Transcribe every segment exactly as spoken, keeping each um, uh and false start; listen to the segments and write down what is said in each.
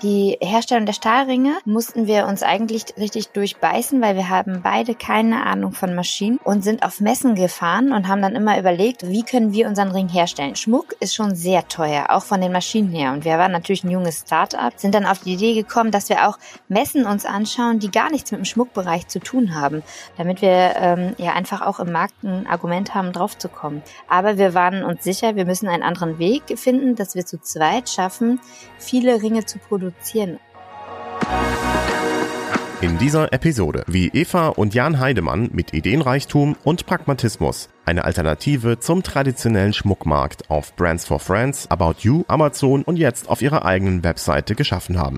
Die Herstellung der Stahlringe mussten wir uns eigentlich richtig durchbeißen, weil wir haben beide keine Ahnung von Maschinen und sind auf Messen gefahren und haben dann immer überlegt, wie können wir unseren Ring herstellen. Schmuck ist schon sehr teuer, auch von den Maschinen her. Und wir waren natürlich ein junges Start-up, sind dann auf die Idee gekommen, dass wir auch Messen uns anschauen, die gar nichts mit dem Schmuckbereich zu tun haben, damit wir ähm, ja einfach auch im Markt ein Argument haben, drauf zu kommen. Aber wir waren uns sicher, wir müssen einen anderen Weg finden, dass wir zu zweit schaffen, viele Ringe zu produzieren. In dieser Episode, wie Eva und Jan Heidemann mit Ideenreichtum und Pragmatismus eine Alternative zum traditionellen Schmuckmarkt auf Brands for Friends, About You, Amazon und jetzt auf ihrer eigenen Webseite geschaffen haben.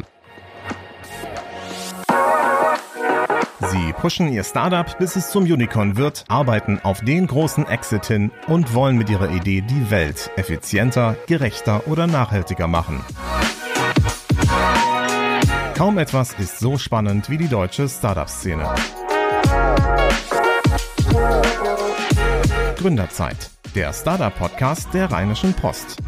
Sie pushen ihr Startup, bis es zum Unicorn wird, arbeiten auf den großen Exit hin und wollen mit ihrer Idee die Welt effizienter, gerechter oder nachhaltiger machen. Kaum etwas ist so spannend wie die deutsche Startup-Szene. Gründerzeit, der Startup-Podcast der Rheinischen Post.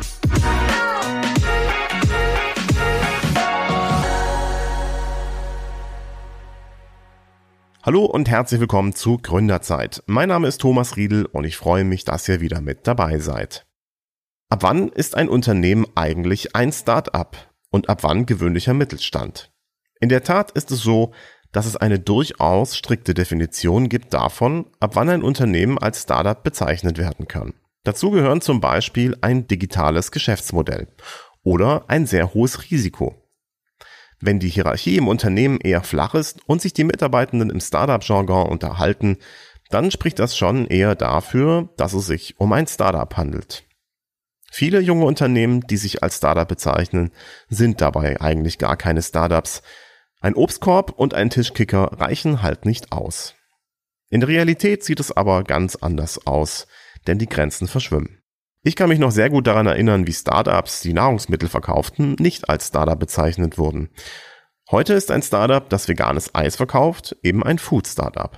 Hallo und herzlich willkommen zu Gründerzeit. Mein Name ist Thomas Riedl und ich freue mich, dass ihr wieder mit dabei seid. Ab wann ist ein Unternehmen eigentlich ein Start-up und ab wann gewöhnlicher Mittelstand? In der Tat ist es so, dass es eine durchaus strikte Definition gibt davon, ab wann ein Unternehmen als Start-up bezeichnet werden kann. Dazu gehören zum Beispiel ein digitales Geschäftsmodell oder ein sehr hohes Risiko. Wenn die Hierarchie im Unternehmen eher flach ist und sich die Mitarbeitenden im Startup-Jargon unterhalten, dann spricht das schon eher dafür, dass es sich um ein Startup handelt. Viele junge Unternehmen, die sich als Startup bezeichnen, sind dabei eigentlich gar keine Startups. Ein Obstkorb und ein Tischkicker reichen halt nicht aus. In der Realität sieht es aber ganz anders aus, denn die Grenzen verschwimmen. Ich kann mich noch sehr gut daran erinnern, wie Startups, die Nahrungsmittel verkauften, nicht als Startup bezeichnet wurden. Heute ist ein Startup, das veganes Eis verkauft, eben ein Food-Startup.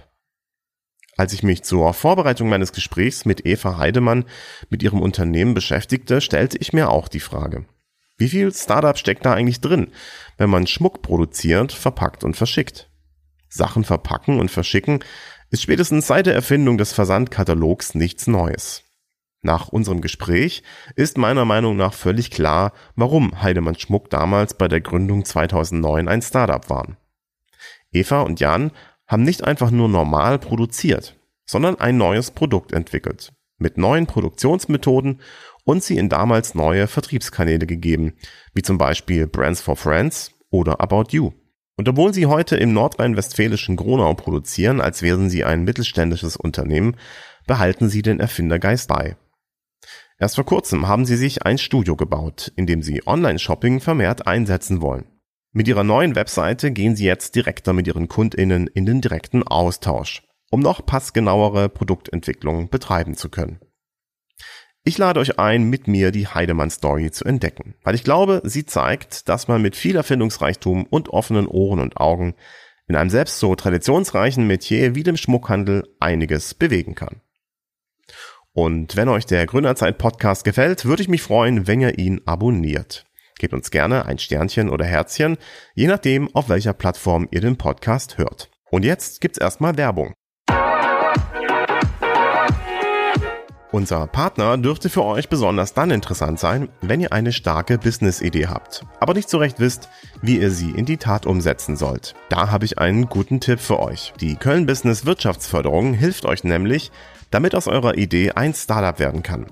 Als ich mich zur Vorbereitung meines Gesprächs mit Eva Heidemann mit ihrem Unternehmen beschäftigte, stellte ich mir auch die Frage: Wie viel Startup steckt da eigentlich drin, wenn man Schmuck produziert, verpackt und verschickt? Sachen verpacken und verschicken ist spätestens seit der Erfindung des Versandkatalogs nichts Neues. Nach unserem Gespräch ist meiner Meinung nach völlig klar, warum Heidemann Schmuck damals bei der Gründung zweitausendneun ein Startup waren. Eva und Jan haben nicht einfach nur normal produziert, sondern ein neues Produkt entwickelt, mit neuen Produktionsmethoden und sie in damals neue Vertriebskanäle gegeben, wie zum Beispiel Brands for Friends oder About You. Und obwohl sie heute im nordrhein-westfälischen Gronau produzieren, als wären sie ein mittelständisches Unternehmen, behalten sie den Erfindergeist bei. Erst vor kurzem haben sie sich ein Studio gebaut, in dem sie Online-Shopping vermehrt einsetzen wollen. Mit ihrer neuen Webseite gehen sie jetzt direkter mit ihren KundInnen in den direkten Austausch, um noch passgenauere Produktentwicklung betreiben zu können. Ich lade euch ein, mit mir die Heidemann-Story zu entdecken, weil ich glaube, sie zeigt, dass man mit viel Erfindungsreichtum und offenen Ohren und Augen in einem selbst so traditionsreichen Metier wie dem Schmuckhandel einiges bewegen kann. Und wenn euch der Gründerzeit-Podcast gefällt, würde ich mich freuen, wenn ihr ihn abonniert. Gebt uns gerne ein Sternchen oder Herzchen, je nachdem, auf welcher Plattform ihr den Podcast hört. Und jetzt gibt's erstmal Werbung. Unser Partner dürfte für euch besonders dann interessant sein, wenn ihr eine starke Business-Idee habt, aber nicht so recht wisst, wie ihr sie in die Tat umsetzen sollt. Da habe ich einen guten Tipp für euch. Die Köln Business Wirtschaftsförderung hilft euch nämlich, damit aus eurer Idee ein Startup werden kann.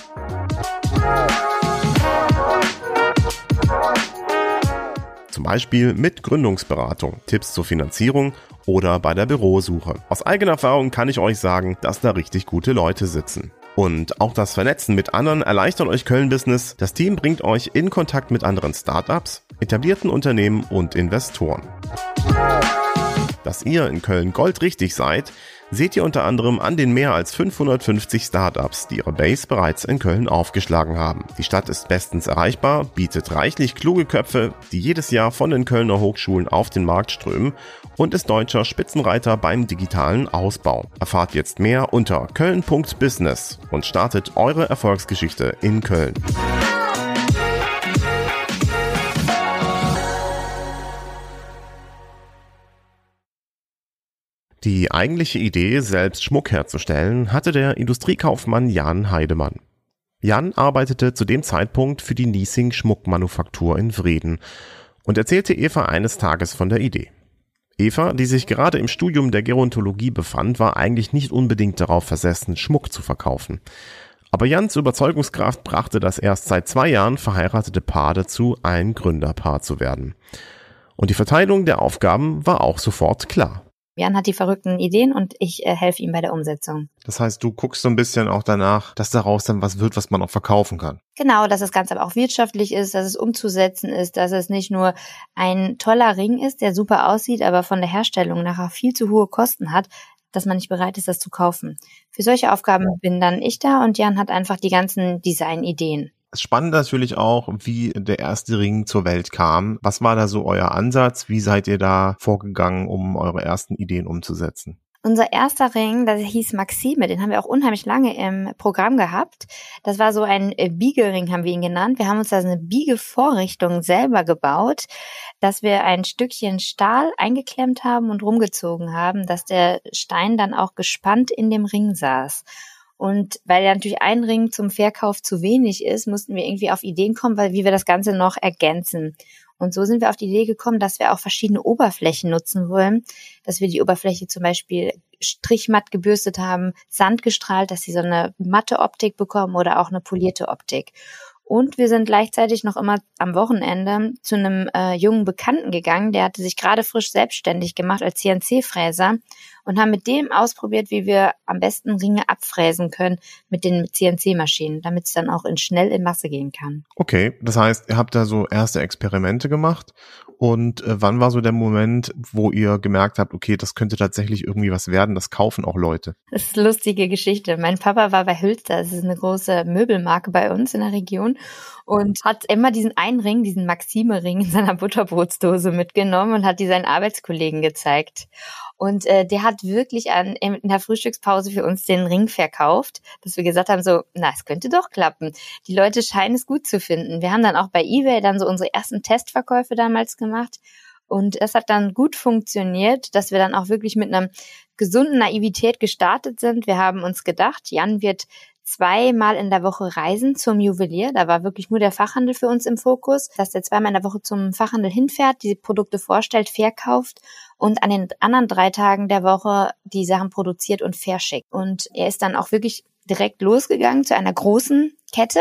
Zum Beispiel mit Gründungsberatung, Tipps zur Finanzierung oder bei der Bürosuche. Aus eigener Erfahrung kann ich euch sagen, dass da richtig gute Leute sitzen. Und auch das Vernetzen mit anderen erleichtert euch Köln Business. Das Team bringt euch in Kontakt mit anderen Startups, etablierten Unternehmen und Investoren. Dass ihr in Köln goldrichtig seid, seht ihr unter anderem an den mehr als fünfhundertfünfzig Startups, die ihre Base bereits in Köln aufgeschlagen haben. Die Stadt ist bestens erreichbar, bietet reichlich kluge Köpfe, die jedes Jahr von den Kölner Hochschulen auf den Markt strömen und ist deutscher Spitzenreiter beim digitalen Ausbau. Erfahrt jetzt mehr unter köln punkt business und startet eure Erfolgsgeschichte in Köln. Die eigentliche Idee, selbst Schmuck herzustellen, hatte der Industriekaufmann Jan Heidemann. Jan arbeitete zu dem Zeitpunkt für die Niesing Schmuckmanufaktur in Vreden und erzählte Eva eines Tages von der Idee. Eva, die sich gerade im Studium der Gerontologie befand, war eigentlich nicht unbedingt darauf versessen, Schmuck zu verkaufen. Aber Jans Überzeugungskraft brachte das erst seit zwei Jahren verheiratete Paar dazu, ein Gründerpaar zu werden. Und die Verteilung der Aufgaben war auch sofort klar. Jan hat die verrückten Ideen und ich äh, helfe ihm bei der Umsetzung. Das heißt, du guckst so ein bisschen auch danach, dass daraus dann was wird, was man auch verkaufen kann. Genau, dass das Ganze aber auch wirtschaftlich ist, dass es umzusetzen ist, dass es nicht nur ein toller Ring ist, der super aussieht, aber von der Herstellung nachher viel zu hohe Kosten hat, dass man nicht bereit ist, das zu kaufen. Für solche Aufgaben bin dann ich da und Jan hat einfach die ganzen Designideen. Spannend natürlich auch, wie der erste Ring zur Welt kam. Was war da so euer Ansatz? Wie seid ihr da vorgegangen, um eure ersten Ideen umzusetzen? Unser erster Ring, das hieß Maxime, den haben wir auch unheimlich lange im Programm gehabt. Das war so ein Biegering, haben wir ihn genannt. Wir haben uns da eine Biegevorrichtung selber gebaut, dass wir ein Stückchen Stahl eingeklemmt haben und rumgezogen haben, dass der Stein dann auch gespannt in dem Ring saß. Und weil ja natürlich ein Ring zum Verkauf zu wenig ist, mussten wir irgendwie auf Ideen kommen, weil wie wir das Ganze noch ergänzen. Und so sind wir auf die Idee gekommen, dass wir auch verschiedene Oberflächen nutzen wollen, dass wir die Oberfläche zum Beispiel strichmatt gebürstet haben, Sand gestrahlt, dass sie so eine matte Optik bekommen oder auch eine polierte Optik. Und wir sind gleichzeitig noch immer am Wochenende zu einem äh, jungen Bekannten gegangen, der hatte sich gerade frisch selbstständig gemacht als C N C-Fräser und haben mit dem ausprobiert, wie wir am besten Ringe abfräsen können mit den C N C-Maschinen, damit es dann auch in schnell in Masse gehen kann. Okay, das heißt, ihr habt da so erste Experimente gemacht und äh, wann war so der Moment, wo ihr gemerkt habt, okay, das könnte tatsächlich irgendwie was werden, das kaufen auch Leute? Das ist eine lustige Geschichte. Mein Papa war bei Hülster, das ist eine große Möbelmarke bei uns in der Region und hat immer diesen einen Ring, diesen Maxime-Ring in seiner Butterbrotsdose mitgenommen und hat die seinen Arbeitskollegen gezeigt. Und äh, der hat wirklich an, in der Frühstückspause für uns den Ring verkauft, dass wir gesagt haben, so, na, es könnte doch klappen. Die Leute scheinen es gut zu finden. Wir haben dann auch bei eBay dann so unsere ersten Testverkäufe damals gemacht. Und das hat dann gut funktioniert, dass wir dann auch wirklich mit einer gesunden Naivität gestartet sind. Wir haben uns gedacht, Jan wird zweimal in der Woche reisen zum Juwelier. Da war wirklich nur der Fachhandel für uns im Fokus, dass der zweimal in der Woche zum Fachhandel hinfährt, die Produkte vorstellt, verkauft und an den anderen drei Tagen der Woche die Sachen produziert und verschickt. Und er ist dann auch wirklich direkt losgegangen zu einer großen Kette.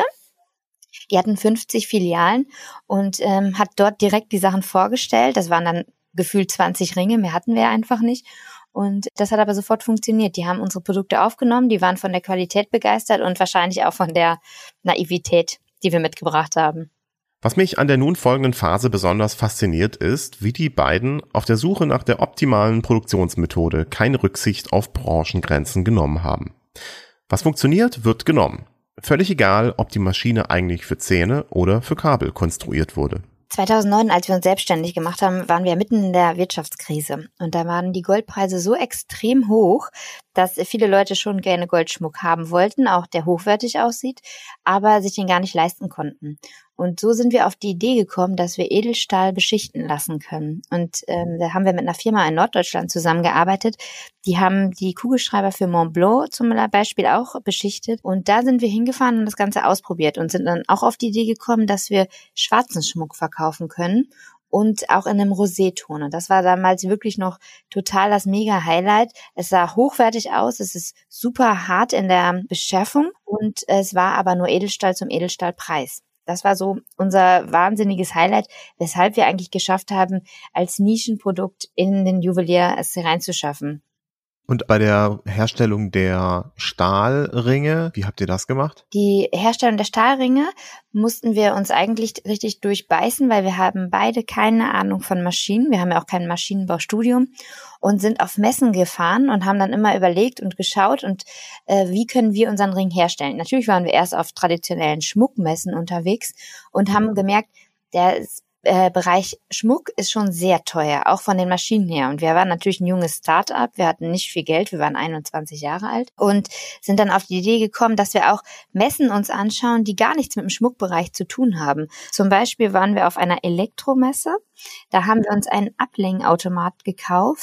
Die hatten fünfzig Filialen und ähm, hat dort direkt die Sachen vorgestellt. Das waren dann gefühlt zwanzig Ringe, mehr hatten wir einfach nicht. Und das hat aber sofort funktioniert. Die haben unsere Produkte aufgenommen, die waren von der Qualität begeistert und wahrscheinlich auch von der Naivität, die wir mitgebracht haben. Was mich an der nun folgenden Phase besonders fasziniert ist, wie die beiden auf der Suche nach der optimalen Produktionsmethode keine Rücksicht auf Branchengrenzen genommen haben. Was funktioniert, wird genommen. Völlig egal, ob die Maschine eigentlich für Zähne oder für Kabel konstruiert wurde. zweitausendneun, als wir uns selbstständig gemacht haben, waren wir mitten in der Wirtschaftskrise. Und da waren die Goldpreise so extrem hoch, dass viele Leute schon gerne Goldschmuck haben wollten, auch der hochwertig aussieht, aber sich den gar nicht leisten konnten. Und so sind wir auf die Idee gekommen, dass wir Edelstahl beschichten lassen können. Und ähm, da haben wir mit einer Firma in Norddeutschland zusammengearbeitet. Die haben die Kugelschreiber für Montblanc zum Beispiel auch beschichtet. Und da sind wir hingefahren und das Ganze ausprobiert und sind dann auch auf die Idee gekommen, dass wir schwarzen Schmuck verkaufen können. Und auch in einem Roséton. Und das war damals wirklich noch total das Mega-Highlight. Es sah hochwertig aus, es ist super hart in der Beschaffung und es war aber nur Edelstahl zum Edelstahlpreis. Das war so unser wahnsinniges Highlight, weshalb wir eigentlich geschafft haben, als Nischenprodukt in den Juwelier es reinzuschaffen. Und bei der Herstellung der Stahlringe, wie habt ihr das gemacht? Die Herstellung der Stahlringe mussten wir uns eigentlich richtig durchbeißen, weil wir haben beide keine Ahnung von Maschinen. Wir haben ja auch kein Maschinenbaustudium und sind auf Messen gefahren und haben dann immer überlegt und geschaut und äh, wie können wir unseren Ring herstellen. Natürlich waren wir erst auf traditionellen Schmuckmessen unterwegs und haben gemerkt, der Äh, Bereich Schmuck ist schon sehr teuer, auch von den Maschinen her. Und wir waren natürlich ein junges Start-up, wir hatten nicht viel Geld, wir waren einundzwanzig Jahre alt und sind dann auf die Idee gekommen, dass wir auch Messen uns anschauen, die gar nichts mit dem Schmuckbereich zu tun haben. Zum Beispiel waren wir auf einer Elektromesse, da haben wir uns einen Ablenkautomat gekauft,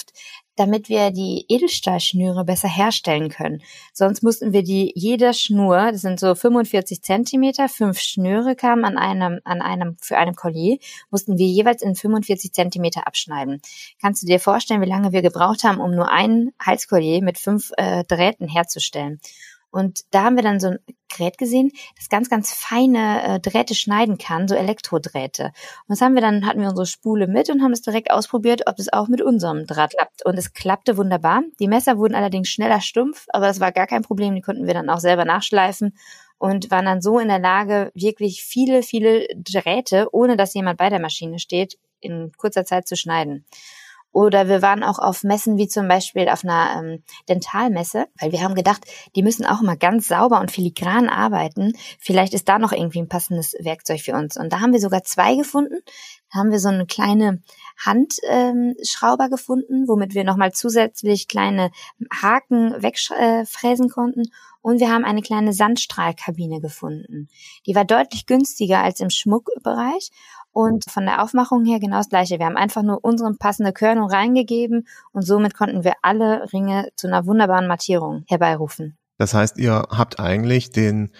damit wir die Edelstahlschnüre besser herstellen können. Sonst mussten wir die, jede Schnur, das sind so fünfundvierzig Zentimeter, fünf Schnüre kamen an einem, an einem, für einem Collier, mussten wir jeweils in fünfundvierzig Zentimeter abschneiden. Kannst du dir vorstellen, wie lange wir gebraucht haben, um nur ein Halscollier mit fünf äh, Drähten herzustellen? Und da haben wir dann so ein Gerät gesehen, das ganz, ganz feine äh, Drähte schneiden kann, so Elektrodrähte. Und das haben wir dann, hatten wir unsere Spule mit und haben es direkt ausprobiert, ob das auch mit unserem Draht klappt. Und es klappte wunderbar. Die Messer wurden allerdings schneller stumpf, aber das war gar kein Problem. Die konnten wir dann auch selber nachschleifen und waren dann so in der Lage, wirklich viele, viele Drähte, ohne dass jemand bei der Maschine steht, in kurzer Zeit zu schneiden. Oder wir waren auch auf Messen wie zum Beispiel auf einer ähm, Dentalmesse, weil wir haben gedacht, die müssen auch immer ganz sauber und filigran arbeiten. Vielleicht ist da noch irgendwie ein passendes Werkzeug für uns. Und da haben wir sogar zwei gefunden. Da haben wir so eine kleine Handschrauber ähm, gefunden, womit wir nochmal zusätzlich kleine Haken wegfräsen äh, konnten. Und wir haben eine kleine Sandstrahlkabine gefunden. Die war deutlich günstiger als im Schmuckbereich. Und von der Aufmachung her genau das Gleiche. Wir haben einfach nur unsere passende Körnung reingegeben und somit konnten wir alle Ringe zu einer wunderbaren Mattierung herbeirufen. Das heißt, ihr habt eigentlich den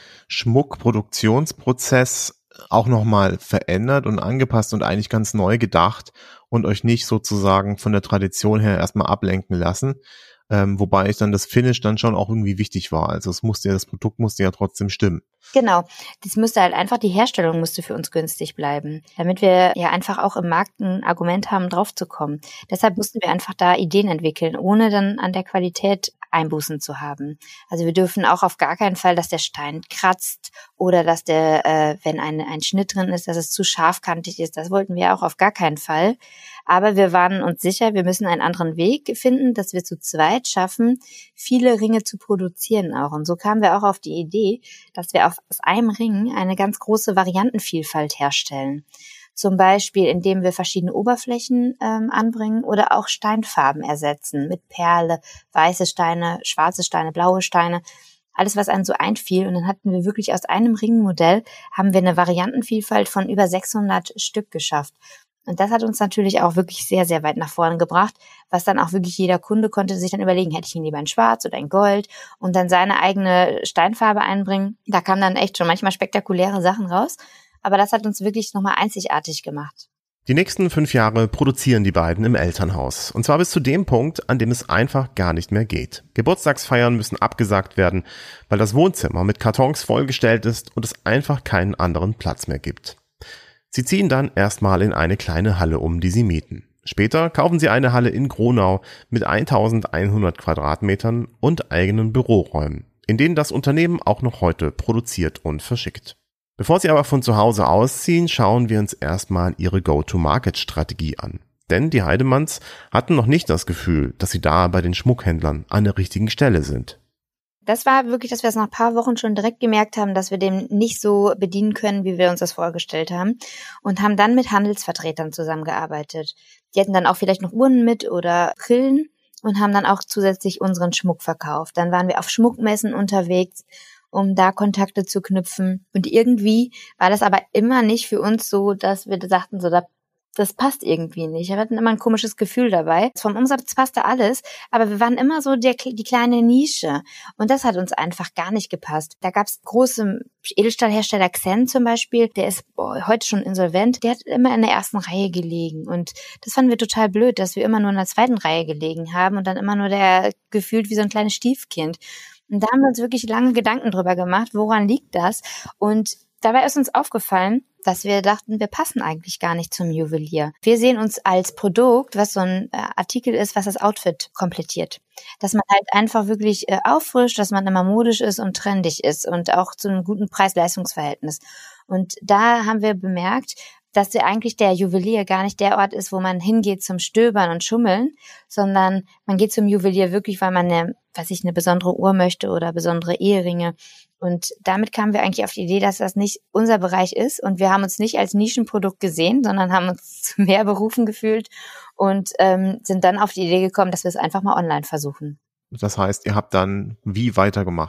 Schmuckproduktionsprozess auch nochmal verändert und angepasst und eigentlich ganz neu gedacht und euch nicht sozusagen von der Tradition her erstmal ablenken lassen. Ähm, wobei ich dann das Finish dann schon auch irgendwie wichtig war. Also es musste ja, das Produkt musste ja trotzdem stimmen. Genau. Das müsste halt einfach, die Herstellung musste für uns günstig bleiben, damit wir ja einfach auch im Markt ein Argument haben, drauf zu kommen. Deshalb mussten wir einfach da Ideen entwickeln, ohne dann an der Qualität Einbußen zu haben. Also wir dürfen auch auf gar keinen Fall, dass der Stein kratzt oder dass der, äh, wenn ein, ein Schnitt drin ist, dass es zu scharfkantig ist. Das wollten wir auch auf gar keinen Fall. Aber wir waren uns sicher, wir müssen einen anderen Weg finden, dass wir zu zweit schaffen, viele Ringe zu produzieren auch. Und so kamen wir auch auf die Idee, dass wir auf, aus einem Ring eine ganz große Variantenvielfalt herstellen. Zum Beispiel, indem wir verschiedene Oberflächen ähm, anbringen oder auch Steinfarben ersetzen mit Perle, weiße Steine, schwarze Steine, blaue Steine. Alles, was einem so einfiel. Und dann hatten wir wirklich aus einem Ringmodell, haben wir eine Variantenvielfalt von über sechshundert Stück geschafft. Und das hat uns natürlich auch wirklich sehr, sehr weit nach vorne gebracht, was dann auch wirklich jeder Kunde konnte sich dann überlegen, hätte ich ihn lieber in Schwarz oder in Gold und dann seine eigene Steinfarbe einbringen. Da kamen dann echt schon manchmal spektakuläre Sachen raus, aber das hat uns wirklich nochmal einzigartig gemacht. Die nächsten fünf Jahre produzieren die beiden im Elternhaus. Und zwar bis zu dem Punkt, an dem es einfach gar nicht mehr geht. Geburtstagsfeiern müssen abgesagt werden, weil das Wohnzimmer mit Kartons vollgestellt ist und es einfach keinen anderen Platz mehr gibt. Sie ziehen dann erstmal in eine kleine Halle um, die sie mieten. Später kaufen sie eine Halle in Gronau mit eintausendeinhundert Quadratmetern und eigenen Büroräumen, in denen das Unternehmen auch noch heute produziert und verschickt. Bevor sie aber von zu Hause ausziehen, schauen wir uns erstmal ihre Go-to-Market-Strategie an. Denn die Heidemanns hatten noch nicht das Gefühl, dass sie da bei den Schmuckhändlern an der richtigen Stelle sind. Das war wirklich, dass wir es nach ein paar Wochen schon direkt gemerkt haben, dass wir dem nicht so bedienen können, wie wir uns das vorgestellt haben und haben dann mit Handelsvertretern zusammengearbeitet. Die hatten dann auch vielleicht noch Uhren mit oder Brillen und haben dann auch zusätzlich unseren Schmuck verkauft. Dann waren wir auf Schmuckmessen unterwegs, um da Kontakte zu knüpfen. Und irgendwie war das aber immer nicht für uns so, dass wir sagten, so da das passt irgendwie nicht. Wir hatten immer ein komisches Gefühl dabei. Vom Umsatz passte alles, aber wir waren immer so der, die kleine Nische. Und das hat uns einfach gar nicht gepasst. Da gab es große Edelstahlhersteller, Xen zum Beispiel, der ist boah, heute schon insolvent. Der hat immer in der ersten Reihe gelegen. Und das fanden wir total blöd, dass wir immer nur in der zweiten Reihe gelegen haben und dann immer nur der gefühlt wie so ein kleines Stiefkind. Und da haben wir uns wirklich lange Gedanken drüber gemacht, woran liegt das? Und dabei ist uns aufgefallen, dass wir dachten, wir passen eigentlich gar nicht zum Juwelier. Wir sehen uns als Produkt, was so ein äh, Artikel ist, was das Outfit komplettiert. Dass man halt einfach wirklich äh, auffrischt, dass man immer modisch ist und trendig ist und auch zu einem guten Preis-Leistungs-Verhältnis. Und da haben wir bemerkt, dass der eigentlich der Juwelier gar nicht der Ort ist, wo man hingeht zum Stöbern und Schummeln, sondern man geht zum Juwelier wirklich, weil man eine, weiß ich, eine besondere Uhr möchte oder besondere Eheringe. Und damit kamen wir eigentlich auf die Idee, dass das nicht unser Bereich ist. Und wir haben uns nicht als Nischenprodukt gesehen, sondern haben uns zu mehr berufen gefühlt und ähm, sind dann auf die Idee gekommen, dass wir es einfach mal online versuchen. Das heißt, ihr habt dann wie weitergemacht?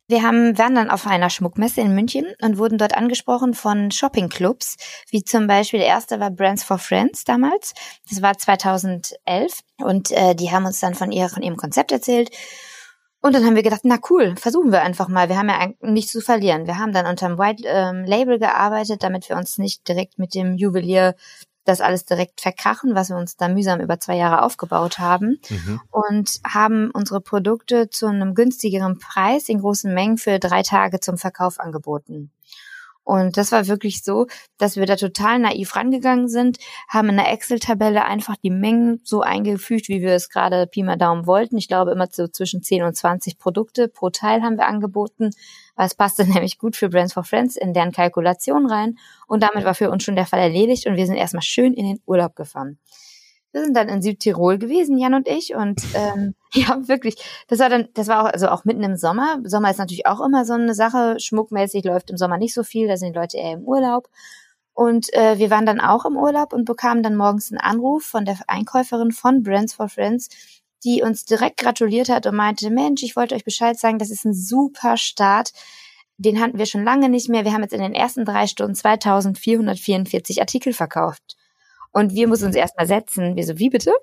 Wir haben, waren dann auf einer Schmuckmesse in München und wurden dort angesprochen von Shoppingclubs, wie zum Beispiel der erste war Brands for Friends damals. Das war zweitausendelf und äh, die haben uns dann von, ihr, von ihrem Konzept erzählt. Und dann haben wir gedacht, na cool, versuchen wir einfach mal. Wir haben ja nichts zu verlieren. Wir haben dann unter einem White ähm, Label gearbeitet, damit wir uns nicht direkt mit dem Juwelier das alles direkt verkrachen, was wir uns da mühsam über zwei Jahre aufgebaut haben, mhm. und haben unsere Produkte zu einem günstigeren Preis in großen Mengen für drei Tage zum Verkauf angeboten. Und das war wirklich so, dass wir da total naiv rangegangen sind, haben in der Excel-Tabelle einfach die Mengen so eingefügt, wie wir es gerade Pi mal Daumen wollten. Ich glaube, immer so zwischen zehn und zwanzig Produkte pro Teil haben wir angeboten. Was passte nämlich gut für Brands for Friends in deren Kalkulation rein. Und damit war für uns schon der Fall erledigt und wir sind erstmal schön in den Urlaub gefahren. Wir sind dann in Südtirol gewesen, Jan und ich, und ähm, ja, wirklich, das war dann, das war auch, also auch mitten im Sommer. Sommer ist natürlich auch immer so eine Sache, schmuckmäßig läuft im Sommer nicht so viel, da sind die Leute eher im Urlaub. Und äh, wir waren dann auch im Urlaub und bekamen dann morgens einen Anruf von der Einkäuferin von Brands for Friends, die uns direkt gratuliert hat und meinte, Mensch, ich wollte euch Bescheid sagen, das ist ein super Start. Den hatten wir schon lange nicht mehr. Wir haben jetzt in den ersten drei Stunden zweitausendvierhundertvierundvierzig Artikel verkauft. Und wir mussten uns erstmal setzen. Wir so, wie bitte?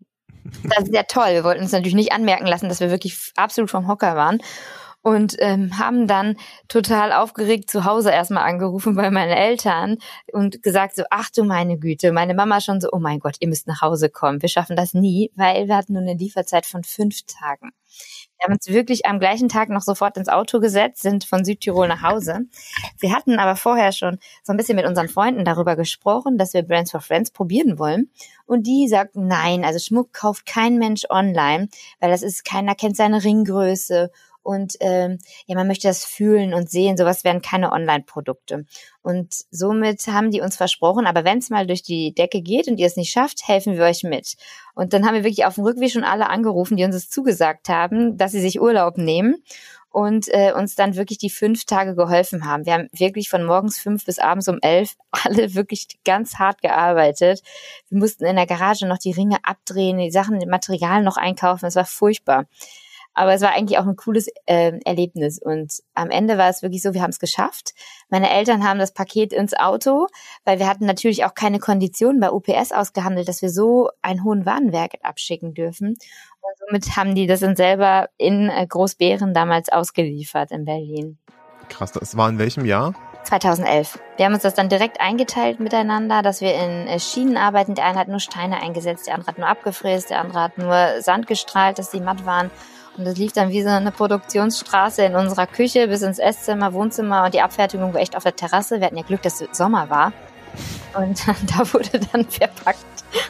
Das ist ja toll. Wir wollten uns natürlich nicht anmerken lassen, dass wir wirklich absolut vom Hocker waren. Und ähm, haben dann total aufgeregt zu Hause erstmal angerufen bei meinen Eltern und gesagt so, ach du meine Güte, meine Mama schon so, oh mein Gott, ihr müsst nach Hause kommen. Wir schaffen das nie, weil wir hatten nur eine Lieferzeit von fünf Tagen. Wir haben uns wirklich am gleichen Tag noch sofort ins Auto gesetzt, sind von Südtirol nach Hause. Wir hatten aber vorher schon so ein bisschen mit unseren Freunden darüber gesprochen, dass wir Brands for Friends probieren wollen. Und die sagten, nein, also Schmuck kauft kein Mensch online, weil das ist, keiner kennt seine Ringgröße. Und ähm, ja, man möchte das fühlen und sehen, sowas wären keine Online-Produkte. Und somit haben die uns versprochen, aber wenn es mal durch die Decke geht und ihr es nicht schafft, helfen wir euch mit. Und dann haben wir wirklich auf dem Rückweg schon alle angerufen, die uns es zugesagt haben, dass sie sich Urlaub nehmen und äh, uns dann wirklich die fünf Tage geholfen haben. Wir haben wirklich von morgens fünf bis abends um elf alle wirklich ganz hart gearbeitet. Wir mussten in der Garage noch die Ringe abdrehen, die Sachen, das Material noch einkaufen, es war furchtbar. Aber es war eigentlich auch ein cooles äh, Erlebnis und am Ende war es wirklich so, wir haben es geschafft. Meine Eltern haben das Paket ins Auto, weil wir hatten natürlich auch keine Konditionen bei U P S ausgehandelt, dass wir so einen hohen Warenwert abschicken dürfen. Und somit haben die das dann selber in äh, Großbeeren damals ausgeliefert in Berlin. Krass, das war in welchem Jahr? zweitausendelf. Wir haben uns das dann direkt eingeteilt miteinander, dass wir in äh, Schienen arbeiten. Der eine hat nur Steine eingesetzt, der andere hat nur abgefräst, der andere hat nur Sand gestrahlt, dass die matt waren. Und das lief dann wie so eine Produktionsstraße in unserer Küche bis ins Esszimmer, Wohnzimmer und die Abfertigung war echt auf der Terrasse. Wir hatten ja Glück, dass es Sommer war. Und da wurde dann verpackt.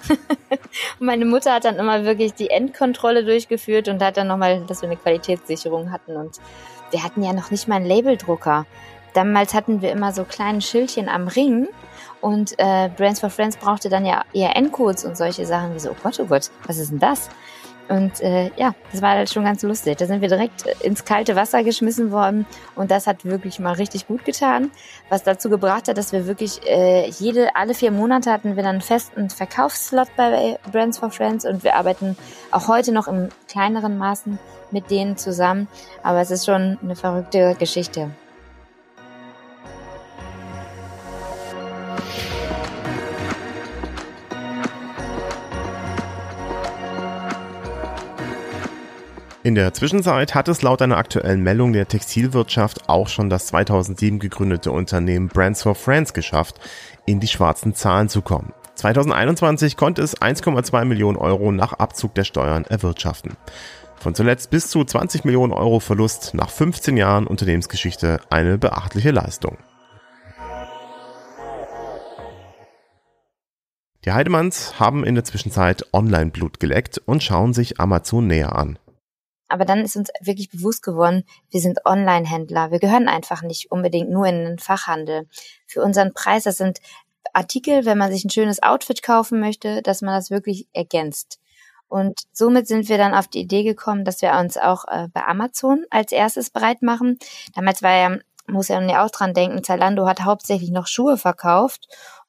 Und meine Mutter hat dann immer wirklich die Endkontrolle durchgeführt und hat dann nochmal, dass wir eine Qualitätssicherung hatten. Und wir hatten ja noch nicht mal einen Labeldrucker. Damals hatten wir immer so kleine Schildchen am Ring. Und äh, Brands for Friends brauchte dann ja E R N-Codes und solche Sachen. Wie so, oh Gott, oh Gott, was ist denn das? Und äh, ja, das war halt schon ganz lustig. Da sind wir direkt ins kalte Wasser geschmissen worden und das hat wirklich mal richtig gut getan, was dazu gebracht hat, dass wir wirklich äh, jede alle vier Monate hatten wir dann einen festen Verkaufsslot bei Brands for Friends und wir arbeiten auch heute noch im kleineren Maßen mit denen zusammen. Aber es ist schon eine verrückte Geschichte. In der Zwischenzeit hat es laut einer aktuellen Meldung der Textilwirtschaft auch schon das zweitausendsieben gegründete Unternehmen Brands for Friends geschafft, in die schwarzen Zahlen zu kommen. zweitausendeinundzwanzig konnte es eins Komma zwei Millionen Euro nach Abzug der Steuern erwirtschaften. Von zuletzt bis zu zwanzig Millionen Euro Verlust nach fünfzehn Jahren Unternehmensgeschichte eine beachtliche Leistung. Die Heidemanns haben in der Zwischenzeit Online-Blut geleckt und schauen sich Amazon näher an. Aber dann ist uns wirklich bewusst geworden, wir sind Online-Händler. Wir gehören einfach nicht unbedingt nur in den Fachhandel. Für unseren Preis, das sind Artikel, wenn man sich ein schönes Outfit kaufen möchte, dass man das wirklich ergänzt. Und somit sind wir dann auf die Idee gekommen, dass wir uns auch äh, bei Amazon als erstes bereit machen. Damals war ja, muss ja auch dran denken, Zalando hat hauptsächlich noch Schuhe verkauft.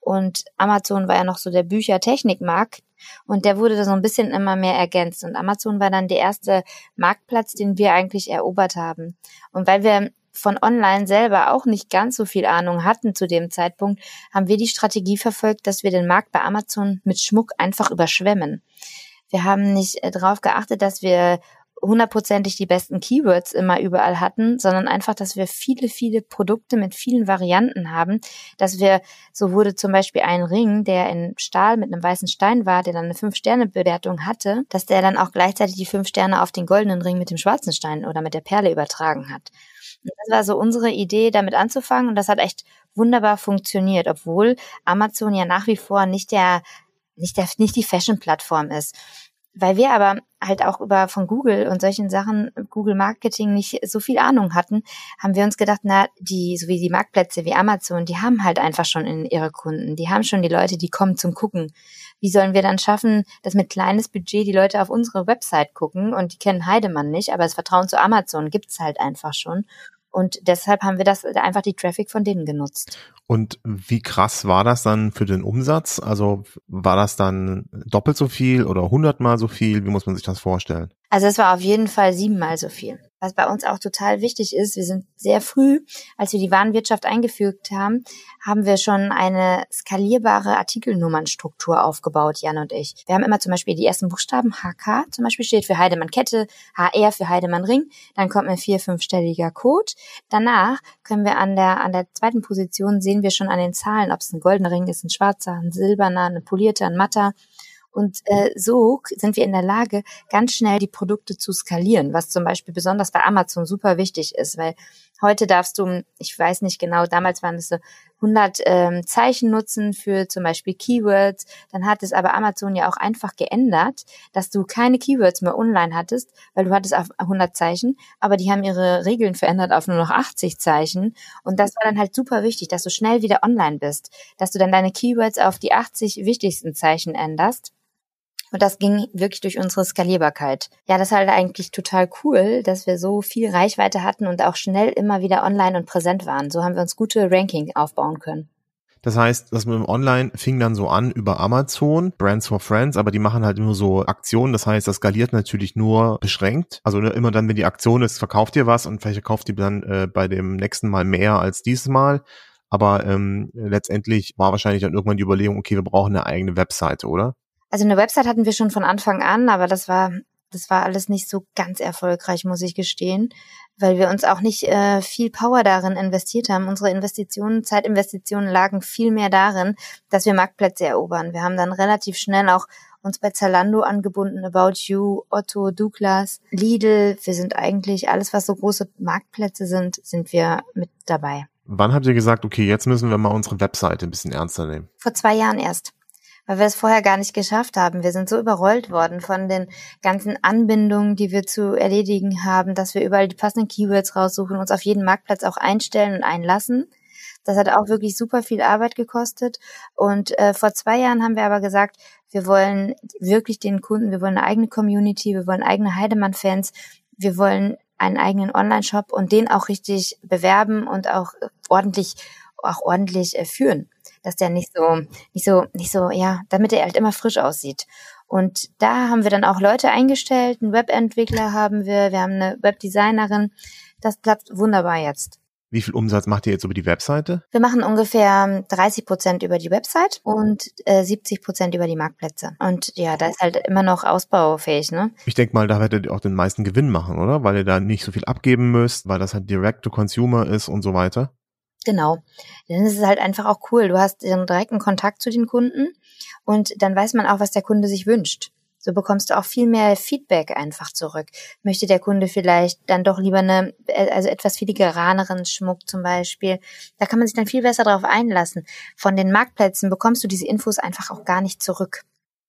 und Amazon war ja noch so der Büchertechnikmarkt und der wurde da so ein bisschen immer mehr ergänzt und Amazon war dann der erste Marktplatz, den wir eigentlich erobert haben. Und weil wir von online selber auch nicht ganz so viel Ahnung hatten zu dem Zeitpunkt, haben wir die Strategie verfolgt, dass wir den Markt bei Amazon mit Schmuck einfach überschwemmen. Wir haben nicht darauf geachtet, dass wir hundertprozentig die besten Keywords immer überall hatten, sondern einfach, dass wir viele, viele Produkte mit vielen Varianten haben, dass wir, so wurde zum Beispiel ein Ring, der in Stahl mit einem weißen Stein war, der dann eine fünf-Sterne-Bewertung hatte, dass der dann auch gleichzeitig die fünf Sterne auf den goldenen Ring mit dem schwarzen Stein oder mit der Perle übertragen hat. Und das war so unsere Idee, damit anzufangen und das hat echt wunderbar funktioniert, obwohl Amazon ja nach wie vor nicht der, nicht der, nicht die Fashion-Plattform ist. Weil wir aber halt auch über von Google und solchen Sachen, Google Marketing nicht so viel Ahnung hatten, haben wir uns gedacht, na, die, so wie die Marktplätze wie Amazon, die haben halt einfach schon in ihre Kunden, die haben schon die Leute, die kommen zum Gucken. Wie sollen wir dann schaffen, dass mit kleines Budget die Leute auf unsere Website gucken und die kennen Heidemann nicht, aber das Vertrauen zu Amazon gibt's halt einfach schon. Und deshalb haben wir das einfach die Traffic von denen genutzt. Und wie krass war das dann für den Umsatz? Also war das dann doppelt so viel oder hundertmal so viel? Wie muss man sich das vorstellen? Also es war auf jeden Fall siebenmal so viel. Was bei uns auch total wichtig ist, wir sind sehr früh, als wir die Warenwirtschaft eingefügt haben, haben wir schon eine skalierbare Artikelnummernstruktur aufgebaut, Jan und ich. Wir haben immer zum Beispiel die ersten Buchstaben, H K zum Beispiel steht für Heidemann Kette, H R für Heidemann Ring, dann kommt ein vier-, fünfstelliger Code. Danach können wir an der an der zweiten Position sehen wir schon an den Zahlen, ob es ein goldener Ring ist, ein schwarzer, ein silberner, ein polierter, ein matter. Und äh, so sind wir in der Lage, ganz schnell die Produkte zu skalieren, was zum Beispiel besonders bei Amazon super wichtig ist, weil heute darfst du, ich weiß nicht genau, damals waren es so hundert ähm, Zeichen nutzen für zum Beispiel Keywords, dann hat es aber Amazon ja auch einfach geändert, dass du keine Keywords mehr online hattest, weil du hattest auf hundert Zeichen, aber die haben ihre Regeln verändert auf nur noch achtzig Zeichen und das war dann halt super wichtig, dass du schnell wieder online bist, dass du dann deine Keywords auf die achtzig wichtigsten Zeichen änderst. Und das ging wirklich durch unsere Skalierbarkeit. Ja, das ist halt eigentlich total cool, dass wir so viel Reichweite hatten und auch schnell immer wieder online und präsent waren. So haben wir uns gute Ranking aufbauen können. Das heißt, das mit dem Online fing dann so an über Amazon, Brands for Friends, aber die machen halt nur so Aktionen. Das heißt, das skaliert natürlich nur beschränkt. Also immer dann, wenn die Aktion ist, verkauft ihr was und vielleicht verkauft ihr dann äh, bei dem nächsten Mal mehr als dieses Mal. Aber ähm, letztendlich war wahrscheinlich dann irgendwann die Überlegung, okay, wir brauchen eine eigene Webseite, oder? Also eine Website hatten wir schon von Anfang an, aber das war das war alles nicht so ganz erfolgreich, muss ich gestehen, weil wir uns auch nicht äh, viel Power darin investiert haben. Unsere Investitionen, Zeitinvestitionen lagen viel mehr darin, dass wir Marktplätze erobern. Wir haben dann relativ schnell auch uns bei Zalando angebunden, About You, Otto, Douglas, Lidl. Wir sind eigentlich alles, was so große Marktplätze sind, sind wir mit dabei. Wann habt ihr gesagt, okay, jetzt müssen wir mal unsere Webseite ein bisschen ernster nehmen? Vor zwei Jahren erst. Weil wir es vorher gar nicht geschafft haben. Wir sind so überrollt worden von den ganzen Anbindungen, die wir zu erledigen haben, dass wir überall die passenden Keywords raussuchen, uns auf jeden Marktplatz auch einstellen und einlassen. Das hat auch wirklich super viel Arbeit gekostet. Und äh, vor zwei Jahren haben wir aber gesagt, wir wollen wirklich den Kunden, wir wollen eine eigene Community, wir wollen eigene Heidemann-Fans, wir wollen einen eigenen Online-Shop und den auch richtig bewerben und auch ordentlich, auch ordentlich äh, führen. Dass der nicht so, nicht so, nicht so, ja, damit er halt immer frisch aussieht. Und da haben wir dann auch Leute eingestellt, einen Webentwickler haben wir, wir haben eine Webdesignerin. Das klappt wunderbar jetzt. Wie viel Umsatz macht ihr jetzt über die Webseite? Wir machen ungefähr dreißig Prozent über die Website und äh, siebzig Prozent über die Marktplätze. Und ja, da ist halt immer noch ausbaufähig, ne? Ich denke mal, da werdet ihr auch den meisten Gewinn machen, oder? Weil ihr da nicht so viel abgeben müsst, weil das halt Direct-to-Consumer ist und so weiter. Genau. Dann ist es halt einfach auch cool. Du hast den direkten Kontakt zu den Kunden und dann weiß man auch, was der Kunde sich wünscht. So bekommst du auch viel mehr Feedback einfach zurück. Möchte der Kunde vielleicht dann doch lieber eine, also etwas filigraneren Schmuck zum Beispiel. Da kann man sich dann viel besser drauf einlassen. Von den Marktplätzen bekommst du diese Infos einfach auch gar nicht zurück.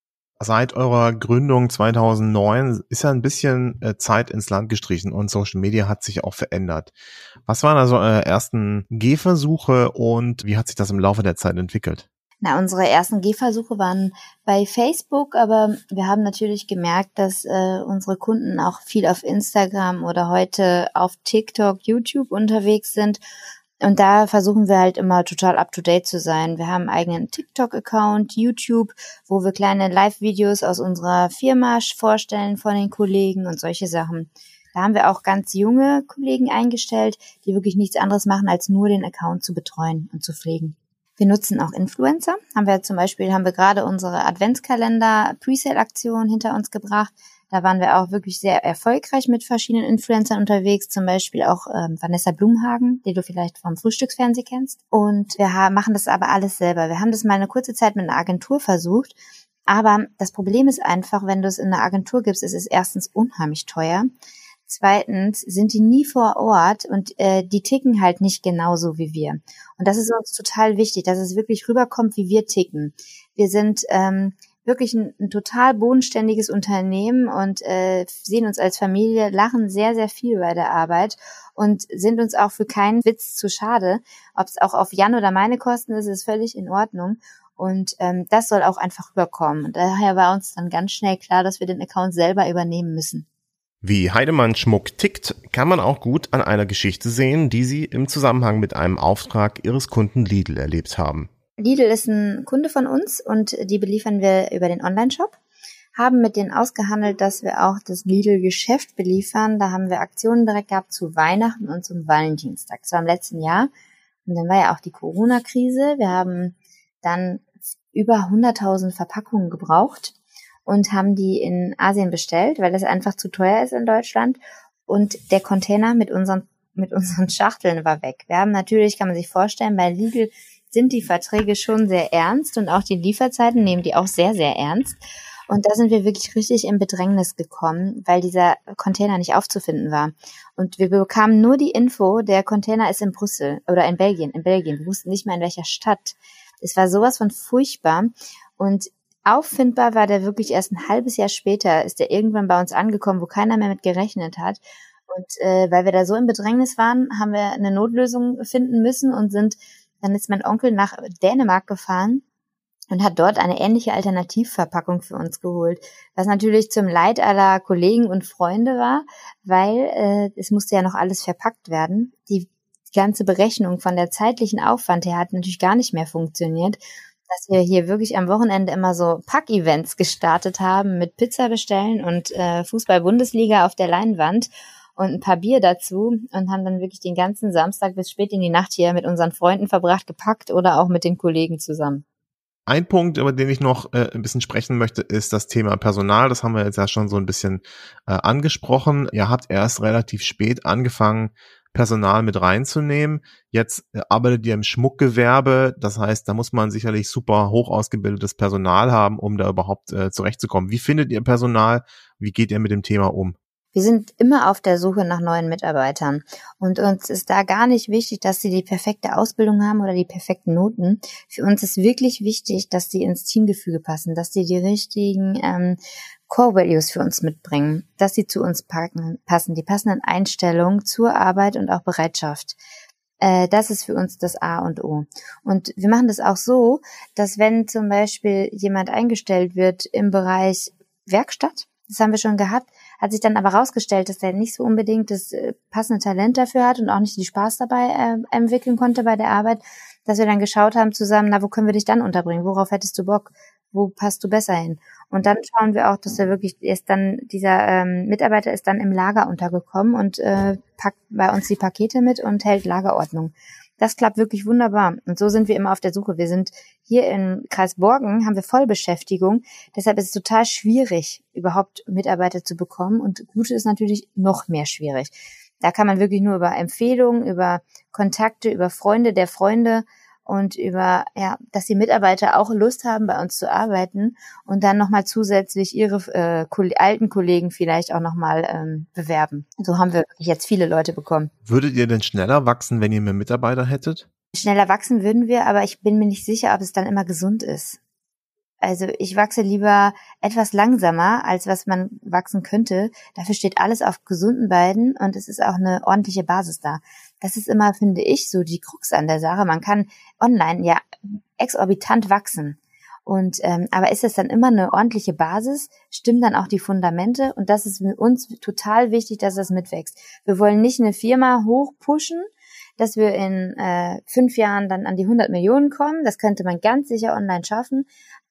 Seit eurer Gründung zweitausendneun ist ja ein bisschen äh, Zeit ins Land gestrichen und Social Media hat sich auch verändert. Was waren also eure ersten Gehversuche und wie hat sich das im Laufe der Zeit entwickelt? Na, unsere ersten Gehversuche waren bei Facebook, aber wir haben natürlich gemerkt, dass äh, unsere Kunden auch viel auf Instagram oder heute auf TikTok, YouTube unterwegs sind. Und da versuchen wir halt immer total up-to-date zu sein. Wir haben einen eigenen TikTok-Account, YouTube, wo wir kleine Live-Videos aus unserer Firma vorstellen von den Kollegen und solche Sachen. Da haben wir auch ganz junge Kollegen eingestellt, die wirklich nichts anderes machen, als nur den Account zu betreuen und zu pflegen. Wir nutzen auch Influencer. Haben wir zum Beispiel, haben wir gerade unsere Adventskalender-Presale-Aktion hinter uns gebracht. Da waren wir auch wirklich sehr erfolgreich mit verschiedenen Influencern unterwegs, zum Beispiel auch ähm, Vanessa Blumhagen, die du vielleicht vom Frühstücksfernsehen kennst. Und wir haben, machen das aber alles selber. Wir haben das mal eine kurze Zeit mit einer Agentur versucht, aber das Problem ist einfach, wenn du es in eine Agentur gibst, ist es erstens unheimlich teuer. Zweitens sind die nie vor Ort und äh, die ticken halt nicht genauso wie wir. Und das ist uns total wichtig, dass es wirklich rüberkommt, wie wir ticken. Wir sind ähm, wirklich ein, ein total bodenständiges Unternehmen und äh, sehen uns als Familie, lachen sehr, sehr viel bei der Arbeit und sind uns auch für keinen Witz zu schade. Ob es auch auf Jan oder meine Kosten ist, ist völlig in Ordnung. Und ähm, das soll auch einfach rüberkommen. Und daher war uns dann ganz schnell klar, dass wir den Account selber übernehmen müssen. Wie Heidemann Schmuck tickt, kann man auch gut an einer Geschichte sehen, die Sie im Zusammenhang mit einem Auftrag Ihres Kunden Lidl erlebt haben. Lidl ist ein Kunde von uns und die beliefern wir über den Online-Shop, haben mit denen ausgehandelt, dass wir auch das Lidl-Geschäft beliefern. Da haben wir Aktionen direkt gehabt zu Weihnachten und zum Valentinstag. Das war im letzten Jahr und dann war ja auch die Corona-Krise. Wir haben dann über hunderttausend Verpackungen gebraucht und haben die in Asien bestellt, weil das einfach zu teuer ist in Deutschland. Und der Container mit unseren mit unseren Schachteln war weg. Wir haben natürlich, kann man sich vorstellen, bei Lidl sind die Verträge schon sehr ernst und auch die Lieferzeiten nehmen die auch sehr, sehr ernst. Und da sind wir wirklich richtig in Bedrängnis gekommen, weil dieser Container nicht aufzufinden war. Und wir bekamen nur die Info, der Container ist in Brüssel oder in Belgien, in Belgien. Wir wussten nicht mehr, in welcher Stadt. Es war sowas von furchtbar. Und auffindbar war der wirklich erst ein halbes Jahr später, ist der irgendwann bei uns angekommen, wo keiner mehr mit gerechnet hat. Und äh, weil wir da so in Bedrängnis waren, haben wir eine Notlösung finden müssen und sind, dann ist mein Onkel nach Dänemark gefahren und hat dort eine ähnliche Alternativverpackung für uns geholt, was natürlich zum Leid aller Kollegen und Freunde war, weil äh, es musste ja noch alles verpackt werden. Die ganze Berechnung von der zeitlichen Aufwand her hat natürlich gar nicht mehr funktioniert, dass wir hier wirklich am Wochenende immer so Pack-Events gestartet haben mit Pizza bestellen und äh, Fußball-Bundesliga auf der Leinwand und ein paar Bier dazu und haben dann wirklich den ganzen Samstag bis spät in die Nacht hier mit unseren Freunden verbracht, gepackt oder auch mit den Kollegen zusammen. Ein Punkt, über den ich noch äh, ein bisschen sprechen möchte, ist das Thema Personal. Das haben wir jetzt ja schon so ein bisschen äh, angesprochen. Ihr habt erst relativ spät angefangen, Personal mit reinzunehmen. Jetzt äh, arbeitet ihr im Schmuckgewerbe. Das heißt, da muss man sicherlich super hoch ausgebildetes Personal haben, um da überhaupt äh, zurechtzukommen. Wie findet ihr Personal? Wie geht ihr mit dem Thema um? Wir sind immer auf der Suche nach neuen Mitarbeitern und uns ist da gar nicht wichtig, dass sie die perfekte Ausbildung haben oder die perfekten Noten. Für uns ist wirklich wichtig, dass sie ins Teamgefüge passen, dass sie die richtigen ähm, Core Values für uns mitbringen, dass sie zu uns passen, die passenden Einstellungen zur Arbeit und auch Bereitschaft. Äh, das ist für uns das A und O. Und wir machen das auch so, dass wenn zum Beispiel jemand eingestellt wird im Bereich Werkstatt, das haben wir schon gehabt, hat sich dann aber rausgestellt, dass er nicht so unbedingt das äh, passende Talent dafür hat und auch nicht die Spaß dabei äh, entwickeln konnte bei der Arbeit, dass wir dann geschaut haben zusammen, na, wo können wir dich dann unterbringen? Worauf hättest du Bock? Wo passt du besser hin? Und dann schauen wir auch, dass er wirklich ist dann, dieser ähm, Mitarbeiter ist dann im Lager untergekommen und äh, packt bei uns die Pakete mit und hält Lagerordnung. Das klappt wirklich wunderbar. Und so sind wir immer auf der Suche. Wir sind hier im Kreis Borken, haben wir Vollbeschäftigung. Deshalb ist es total schwierig, überhaupt Mitarbeiter zu bekommen. Und Gute ist natürlich noch mehr schwierig. Da kann man wirklich nur über Empfehlungen, über Kontakte, über Freunde der Freunde und über, ja, dass die Mitarbeiter auch Lust haben, bei uns zu arbeiten und dann nochmal zusätzlich ihre äh, ko- alten Kollegen vielleicht auch nochmal ähm, bewerben. So haben wir jetzt viele Leute bekommen. Würdet ihr denn schneller wachsen, wenn ihr mehr Mitarbeiter hättet? Schneller wachsen würden wir, aber ich bin mir nicht sicher, ob es dann immer gesund ist. Also ich wachse lieber etwas langsamer, als was man wachsen könnte. Dafür steht alles auf gesunden Beinen und es ist auch eine ordentliche Basis da. Das ist immer, finde ich, so die Krux an der Sache. Man kann online ja exorbitant wachsen. Und ähm, aber ist es dann immer eine ordentliche Basis? Stimmen dann auch die Fundamente? Und das ist für uns total wichtig, dass das mitwächst. Wir wollen nicht eine Firma hochpushen, dass wir in äh, fünf Jahren dann an die hundert Millionen kommen. Das könnte man ganz sicher online schaffen.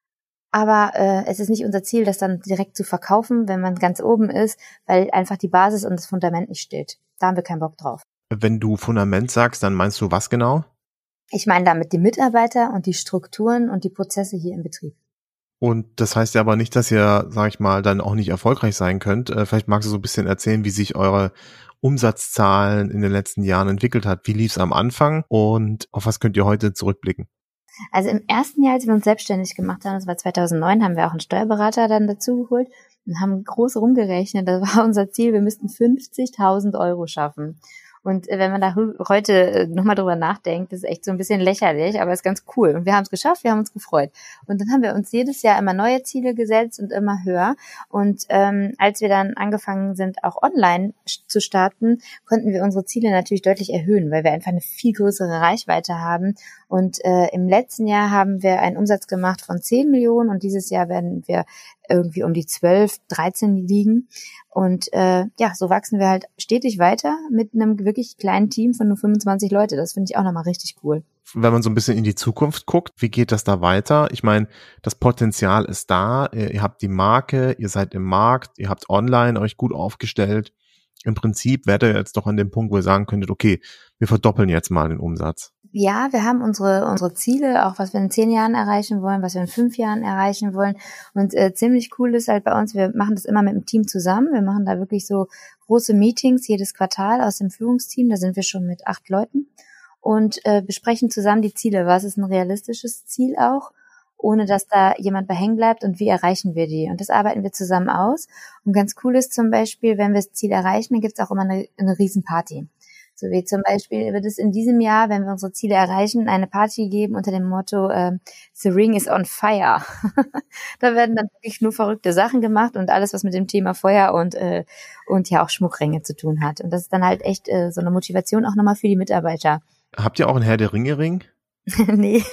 Aber äh, es ist nicht unser Ziel, das dann direkt zu verkaufen, wenn man ganz oben ist, weil einfach die Basis und das Fundament nicht steht. Da haben wir keinen Bock drauf. Wenn du Fundament sagst, dann meinst du was genau? Ich meine damit die Mitarbeiter und die Strukturen und die Prozesse hier im Betrieb. Und das heißt ja aber nicht, dass ihr, sag ich mal, dann auch nicht erfolgreich sein könnt. Äh, vielleicht magst du so ein bisschen erzählen, wie sich eure Umsatzzahlen in den letzten Jahren entwickelt hat. Wie lief es am Anfang und auf was könnt ihr heute zurückblicken? Also im ersten Jahr, als wir uns selbstständig gemacht haben, das war zweitausendneun, haben wir auch einen Steuerberater dann dazu geholt und haben groß rumgerechnet. Das war unser Ziel, wir müssten fünfzigtausend Euro schaffen. Und wenn man da heute nochmal drüber nachdenkt, das ist echt so ein bisschen lächerlich, aber ist ganz cool. Und wir haben es geschafft, wir haben uns gefreut. Und dann haben wir uns jedes Jahr immer neue Ziele gesetzt und immer höher. Und ähm, als wir dann angefangen sind, auch online zu starten, konnten wir unsere Ziele natürlich deutlich erhöhen, weil wir einfach eine viel größere Reichweite haben. Und äh, im letzten Jahr haben wir einen Umsatz gemacht von zehn Millionen und dieses Jahr werden wir irgendwie um die zwölf, dreizehn liegen. Und äh, ja, so wachsen wir halt stetig weiter mit einem wirklich kleinen Team von nur fünfundzwanzig Leute. Das finde ich auch nochmal richtig cool. Wenn man so ein bisschen in die Zukunft guckt, wie geht das da weiter? Ich meine, das Potenzial ist da. Ihr, ihr habt die Marke, ihr seid im Markt, ihr habt online euch gut aufgestellt. Im Prinzip wärt ihr jetzt doch an dem Punkt, wo ihr sagen könntet, okay, wir verdoppeln jetzt mal den Umsatz. Ja, wir haben unsere unsere Ziele, auch was wir in zehn Jahren erreichen wollen, was wir in fünf Jahren erreichen wollen. Und äh, ziemlich cool ist halt bei uns, wir machen das immer mit dem Team zusammen. Wir machen da wirklich so große Meetings jedes Quartal aus dem Führungsteam. Da sind wir schon mit acht Leuten und äh, besprechen zusammen die Ziele. Was ist ein realistisches Ziel auch, ohne dass da jemand bei hängen bleibt und wie erreichen wir die? Und das arbeiten wir zusammen aus. Und ganz cool ist zum Beispiel, wenn wir das Ziel erreichen, dann gibt's auch immer eine, eine Riesenparty. So wie zum Beispiel wird es in diesem Jahr, wenn wir unsere Ziele erreichen, eine Party geben unter dem Motto äh, The Ring is on fire. Da werden dann wirklich nur verrückte Sachen gemacht und alles, was mit dem Thema Feuer und äh, und ja auch Schmuckringe zu tun hat. Und das ist dann halt echt äh, so eine Motivation auch nochmal für die Mitarbeiter. Habt ihr auch einen Herr der Ringe-Ring? Nee.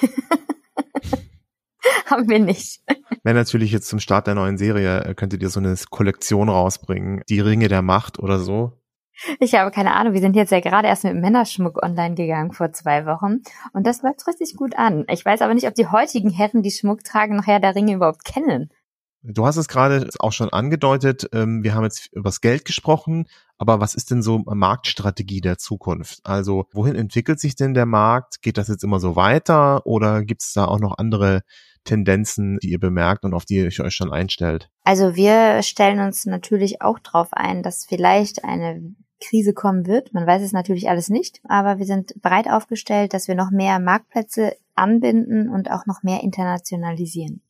Haben wir nicht. Wenn natürlich jetzt zum Start der neuen Serie, könntet ihr so eine Kollektion rausbringen, die Ringe der Macht oder so? Ich habe keine Ahnung, wir sind jetzt ja gerade erst mit Männerschmuck online gegangen vor zwei Wochen und das läuft richtig gut an. Ich weiß aber nicht, ob die heutigen Herren, die Schmuck tragen, noch Herr der Ringe überhaupt kennen. Du hast es gerade auch schon angedeutet, wir haben jetzt über das Geld gesprochen, aber was ist denn so Marktstrategie der Zukunft? Also wohin entwickelt sich denn der Markt? Geht das jetzt immer so weiter oder gibt es da auch noch andere Tendenzen, die ihr bemerkt und auf die ihr euch schon einstellt? Also wir stellen uns natürlich auch drauf ein, dass vielleicht eine Krise kommen wird. Man weiß es natürlich alles nicht, aber wir sind breit aufgestellt, dass wir noch mehr Marktplätze anbinden und auch noch mehr internationalisieren.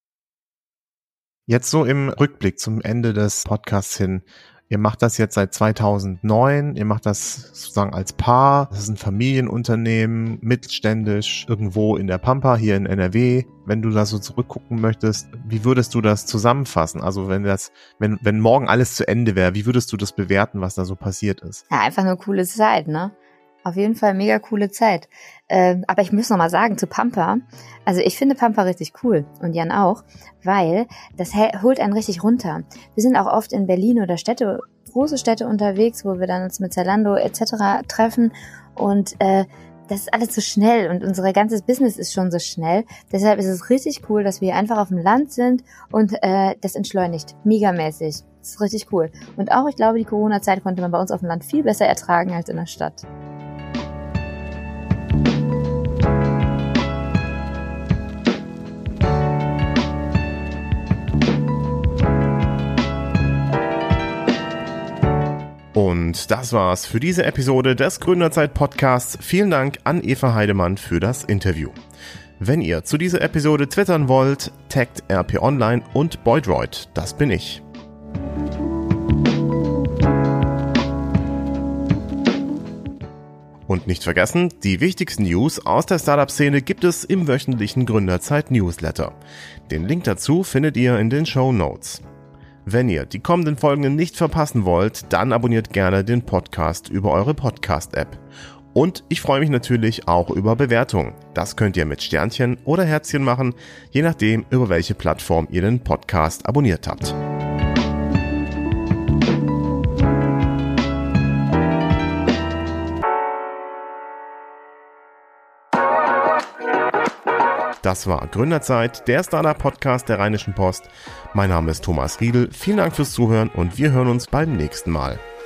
Jetzt so im Rückblick zum Ende des Podcasts hin. Ihr macht das jetzt seit zweitausendneun, ihr macht das sozusagen als Paar, das ist ein Familienunternehmen, mittelständisch, irgendwo in der Pampa, hier in N R W. Wenn du da so zurückgucken möchtest, wie würdest du das zusammenfassen? Also wenn das, wenn, wenn morgen alles zu Ende wäre, wie würdest du das bewerten, was da so passiert ist? Ja, einfach eine coole Zeit, ne? Auf jeden Fall mega coole Zeit. Ähm, aber ich muss noch mal sagen zu Pampa, also ich finde Pampa richtig cool und Jan auch, weil das holt einen richtig runter. Wir sind auch oft in Berlin oder Städte, große Städte unterwegs, wo wir dann uns mit Zalando et cetera treffen und äh, das ist alles so schnell und unser ganzes Business ist schon so schnell. Deshalb ist es richtig cool, dass wir einfach auf dem Land sind und äh, das entschleunigt, megamäßig. Das ist richtig cool. Und auch, ich glaube, die Corona-Zeit konnte man bei uns auf dem Land viel besser ertragen als in der Stadt. Und das war's für diese Episode des Gründerzeit-Podcasts. Vielen Dank an Eva Heidemann für das Interview. Wenn ihr zu dieser Episode twittern wollt, taggt R P Online und Boydroid, das bin ich. Und nicht vergessen, die wichtigsten News aus der Startup-Szene gibt es im wöchentlichen Gründerzeit-Newsletter. Den Link dazu findet ihr in den Shownotes. Wenn ihr die kommenden Folgen nicht verpassen wollt, dann abonniert gerne den Podcast über eure Podcast-App. Und ich freue mich natürlich auch über Bewertungen. Das könnt ihr mit Sternchen oder Herzchen machen, je nachdem, über welche Plattform ihr den Podcast abonniert habt. Das war Gründerzeit, der Startup-Podcast der Rheinischen Post. Mein Name ist Thomas Riedel. Vielen Dank fürs Zuhören und wir hören uns beim nächsten Mal.